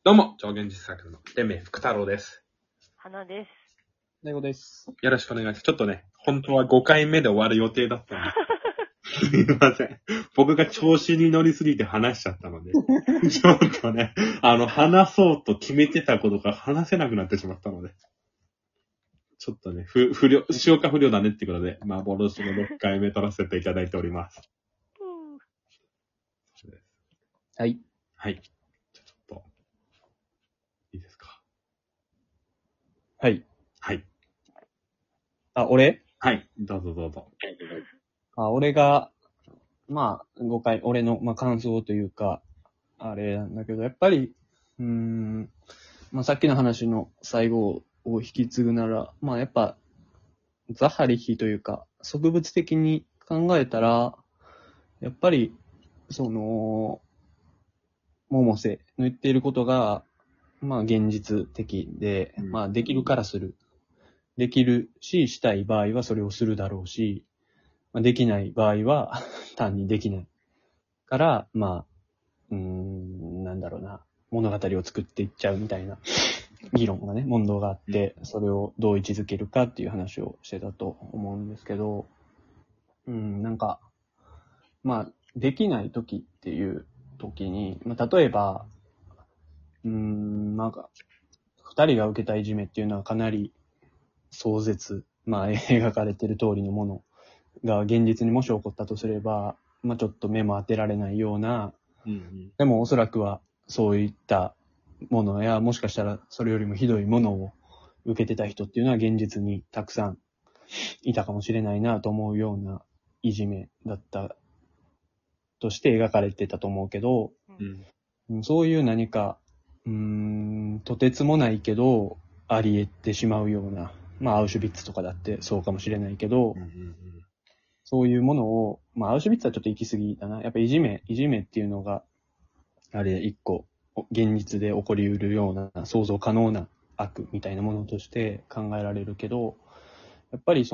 どうも、超現実サークルの天命福太郎です。 花です。 大悟です。 よろしくお願いします。ちょっとね、本当は5回目で終わる予定だったんです。すいません。僕が調子に乗りすぎて話しちゃったので、ちょっとね、話そうと決めてたことが話せなくなってしまったので、ちょっとね、消化不良だねってことで、幻の6回目取らせていただいております。 はい。 はい。ちょっと、いいですか。 はい。 はい。 俺はい。どうぞどうぞ。 俺が、5回、俺の、感想というか、あれなんだけど、やっぱり、さっきの話の最後を引き継ぐなら、やっぱ、ザハリヒというか、植物的に考えたら、やっぱり、百瀬の言っていることが、現実的で、できるからする。できるし、したい場合はそれをするだろうし、できない場合は単にできない。から、なんだろうな、物語を作っていっちゃうみたいな議論がね、問答があって、それをどう位置づけるかっていう話をしてたと思うんですけど、できない時っていう時に、例えば、二人が受けたいじめっていうのはかなり壮絶、描かれてる通りのものが現実にもし起こったとすれば、ちょっと目も当てられないような、でもおそらくはそういったものや、もしかしたらそれよりもひどいものを受けてた人っていうのは現実にたくさんいたかもしれないなと思うようないじめだったとして描かれてたと思うけど、そういう何か、とてつもないけど、あり得てしまうような、アウシュビッツとかだってそうかもしれないけど、そういうものを、アウシュビッツはちょっと行き過ぎだな。やっぱいじめっていうのが、あれ一個、現実で起こりうるような、想像可能な悪みたいなものとして考えられるけど、やっぱり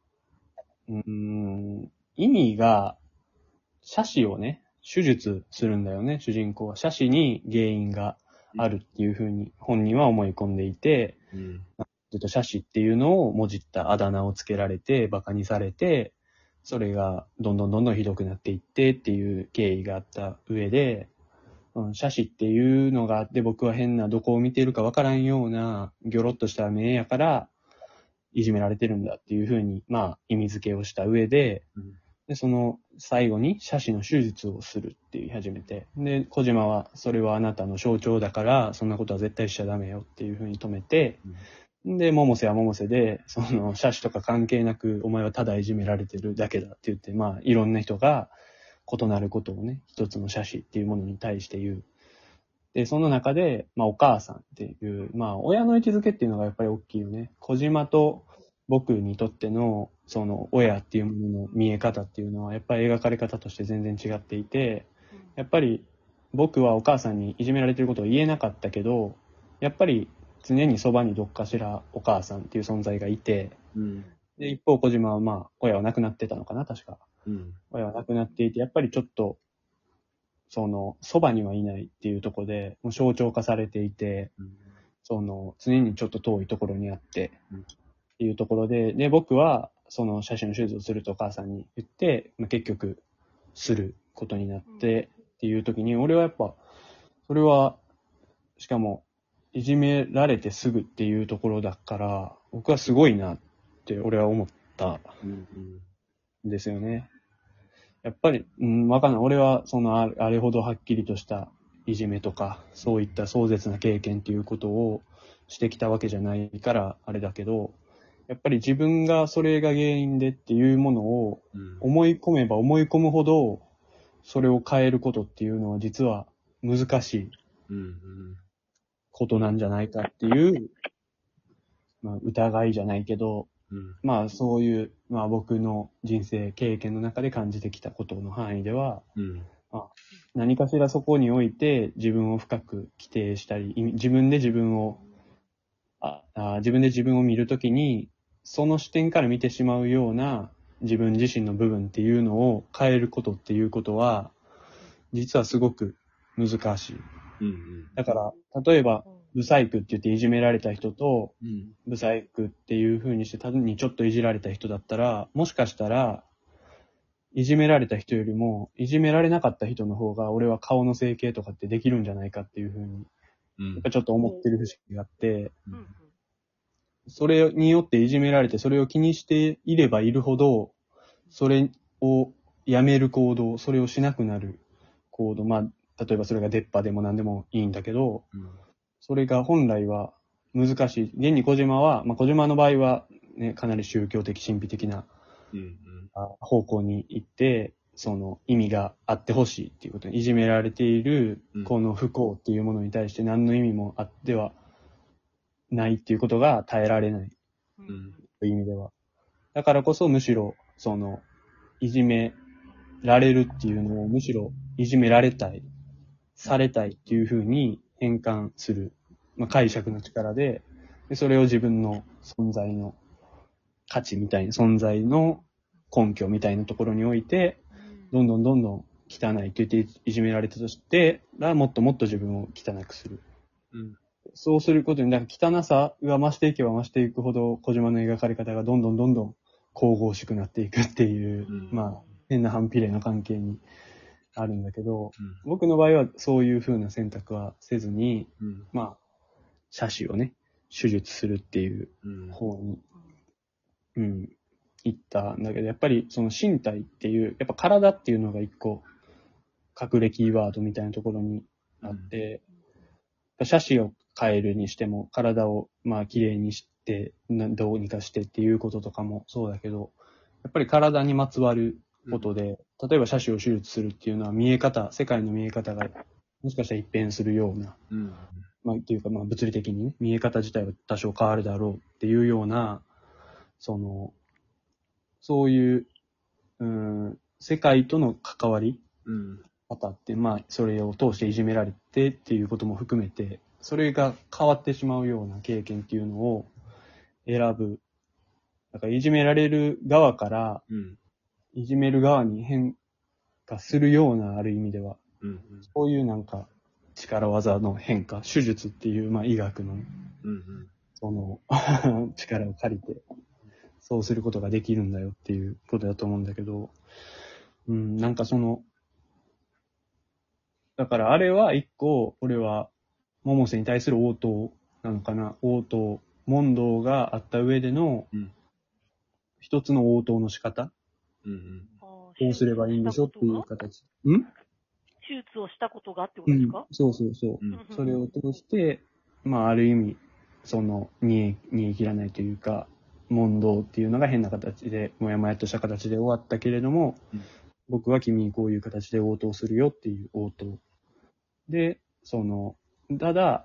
意味が、斜視をね、手術するんだよね、主人公は。斜視に原因があるっていうふうに本人は思い込んでいて、斜視っていうのをもじったあだ名をつけられて、馬鹿にされて、それがどんどんひどくなっていってっていう経緯があった上で、斜視っていうのがあって僕は変などこを見ているかわからんようなギョロッとした目やからいじめられてるんだっていうふうに、意味付けをした上で、で、その最後に斜視の手術をするって言い始めて、で、小島はそれはあなたの象徴だからそんなことは絶対しちゃダメよっていうふうに止めて、で、百瀬は百瀬で、斜視とか関係なく、お前はただいじめられてるだけだって言って、いろんな人が異なることをね、一つの斜視っていうものに対して言う。で、その中で、お母さんっていう、親の位置づけっていうのがやっぱり大きいよね。小島と僕にとっての、親っていうものの見え方っていうのは、やっぱり描かれ方として全然違っていて、やっぱり僕はお母さんにいじめられてることを言えなかったけど、やっぱり常にそばにどっかしらお母さんっていう存在がいて、で、一方小島は親は亡くなってたのかな、確か。親は亡くなっていて、やっぱりちょっと、そばにはいないっていうところで、もう象徴化されていて、常にちょっと遠いところにあって、っていうところで、で、僕は、写真の手術をするとお母さんに言って、結局、することになって、っていう時に、俺はやっぱ、それは、しかも、いじめられてすぐっていうところだから、僕はすごいなって俺は思ったんですよね。やっぱり、わかんない。俺は、あれほどはっきりとしたいじめとか、そういった壮絶な経験っていうことをしてきたわけじゃないから、あれだけど、やっぱり自分がそれが原因でっていうものを思い込めば思い込むほど、それを変えることっていうのは実は難しいことなんじゃないかっていう、疑いじゃないけど、そういう、僕の人生経験の中で感じてきたことの範囲では、何かしらそこにおいて自分を深く規定したり、自分で自分を見るときに、その視点から見てしまうような自分自身の部分っていうのを変えることっていうことは、実はすごく難しい。 うんうん。 だから、例えば、ブサイクって言っていじめられた人と、 うん。 ブサイクっていう風にして単にちょっといじられた人だったら、もしかしたら、いじめられた人よりも、いじめられなかった人の方が、俺は顔の整形とかってできるんじゃないかっていう風に、 うんやっぱちょっと思ってる節があって、 うんうん。 それによっていじめられて、それを気にしていればいるほど、それをやめる行動、それをしなくなる行動、まあ、例えばそれが出っ歯でも何でもいいんだけど、 うんそれが本来は難しい。現に小島は、まあ、小島の場合は、ね、かなり宗教的、神秘的なうん方向に行って、その意味があってほしいっていうことに、いじめられているうん、 この不幸っていうものに対して何の意味もあってはないっていうことが耐えられないうんという意味では。だからこそむしろ、その、いじめられるっていうのをむしろいじめられたい、されたいっていうふうに変換する、まあ、解釈の力で、それを自分の存在の価値みたいな、存在の根拠みたいなところにおいて、どんどんどんどん汚いって言っていじめられたとして、もっともっと自分を汚くする。 うんそうすることに、汚さが増していけば増していくほど、小島の描かれ方がどんどんどんどん神々しくなっていくっていう、まあ、変な反比例の関係にあるんだけど、僕の場合はそういう風な選択はせずに、まあ、斜視をね、手術するっていう方に、行ったんだけど、やっぱりその身体っていう、やっぱ体っていうのが一個、隠れキーワードみたいなところにあって、斜視を変えるにしても、体をまあ綺麗にして、どうにかしてっていうこととかもそうだけど、やっぱり体にまつわることで、例えば斜視を手術するっていうのは見え方、世界の見え方がもしかしたら一変するような、まあっていうかまあ物理的にね、見え方自体は多少変わるだろうっていうような、そういう、世界との関わり方って、まあそれを通していじめられてっていうことも含めて、それが変わってしまうような経験っていうのを選ぶ。だからいじめられる側から、いじめる側に変化するような、ある意味では、そういうなんか力技の変化、手術っていう、まあ医学の、その力を借りて、そうすることができるんだよっていうことだと思うんだけど、なんかだからあれは一個、俺は、百瀬に対する応答なのかな、応答、問答があった上での、一つの応答の仕方、こうすればいいんでしょっていう形。 手術をしたことがってことですか？ そうそうそう。それを通して、まあある意味、煮え切らないというか、問答っていうのが変な形で、もやもやっとした形で終わったけれども、僕は君にこういう形で応答するよっていう応答。で、ただ、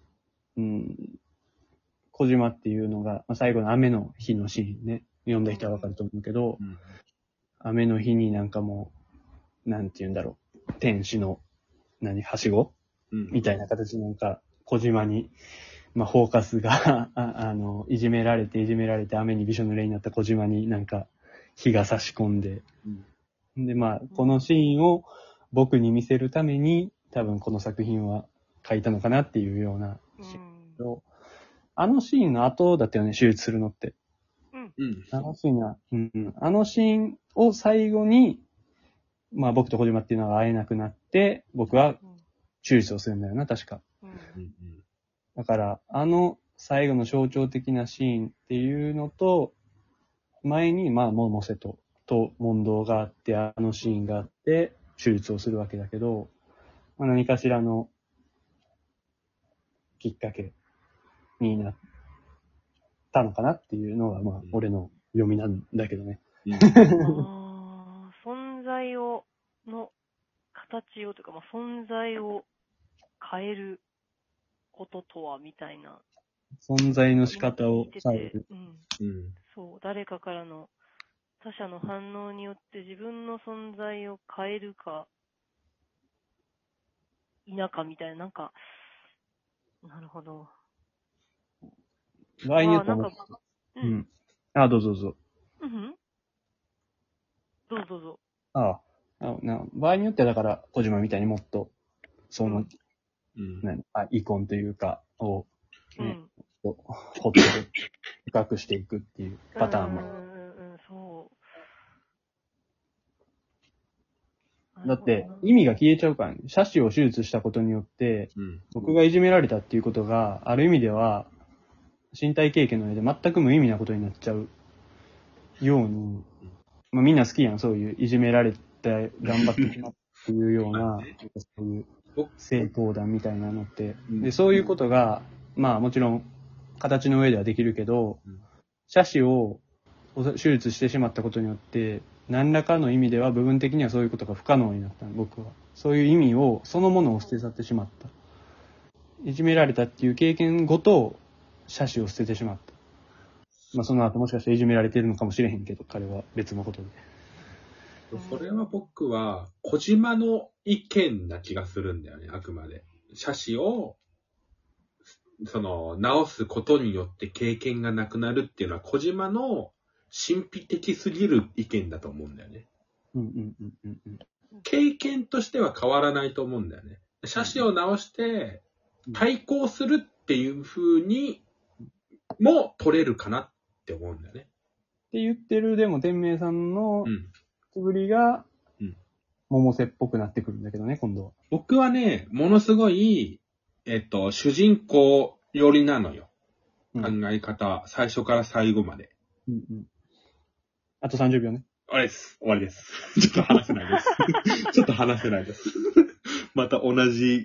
小島っていうのが、まあ、最後の雨の日のシーンね、読んだ人はわかると思うけど、雨の日になんかもう、なんて言うんだろう、天使の、はしごみたいな形でなんか、小島に、まあ、フォーカスがいじめられて雨にびしょ濡れになった小島になんか、火が差し込んで、で、まあ、このシーンを僕に見せるために、多分この作品は書いたのかなっていうようなシーンを、あのシーンの後だったよね、手術するのって。あのシーンは、あのシーンを最後に、まあ僕と小島っていうのが会えなくなって、僕は手術をするんだよな、確か。だから、あの最後の象徴的なシーンっていうのと、前に、まあ、百瀬と問答があって、あのシーンがあって、手術をするわけだけど、まあ、何かしらのきっかけになったのかなっていうのが、まあ、俺の読みなんだけどね。 存在の形をというか、まあ、存在を変えることとは、みたいな。 存在の仕方を変える。 そう、誰かからの他者の反応によって自分の存在を変えるか、否かみたいな、なんか、なるほど。 場合によってはどうぞどうぞ。 どうぞどうぞ。 場合によってはだから、小島みたいにもっと、 遺恨というか、を、ね、 うん。 こう掘って深くしていくっていうパターンも。 そう。 だって、意味が消えちゃうからね。斜視を手術したことによって、 うん。 僕がいじめられたっていうことが、ある意味では、身体経験の上で全く無意味なことになっちゃうように、まあみんな好きやん、そういういじめられて頑張ってきたっていうような、そういう成功談みたいなのって。で、そういうことが、まあもちろん、形の上ではできるけど、斜視を手術してしまったことによって、何らかの意味では部分的にはそういうことが不可能になったの、僕は。そういう意味を、そのものを捨て去ってしまった。いじめられたっていう経験ごと、斜視を捨ててしまった。まあその後もしかしていじめられてるのかもしれへんけど、彼は別のことで。 それは僕は、小島の意見な気がするんだよね、あくまで。斜視を、直すことによって経験がなくなるっていうのは、小島の神秘的すぎる意見だと思うんだよね。経験としては変わらないと思うんだよね。斜視を直して、対抗するっていう風にも取れるかなって思うんだよね。 って言ってる、でも天明さんのつぶりが、百瀬っぽくなってくるんだけどね、今度は。 僕はね、ものすごい、主人公寄りなのよ。考え方、最初から最後まで。 あと30秒ね。 終わりです。ちょっと話せないです。ちょっと話せないです。また同じ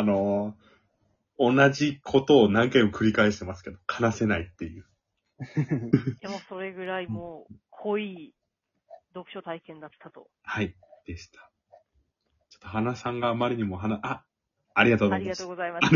ことを何回も繰り返してますけど、話せないっていう。 でもそれぐらいもう濃い読書体験だったと。 はい、でした。ちょっと花さんがあまりにもありがとうございます。 ありがとうございます。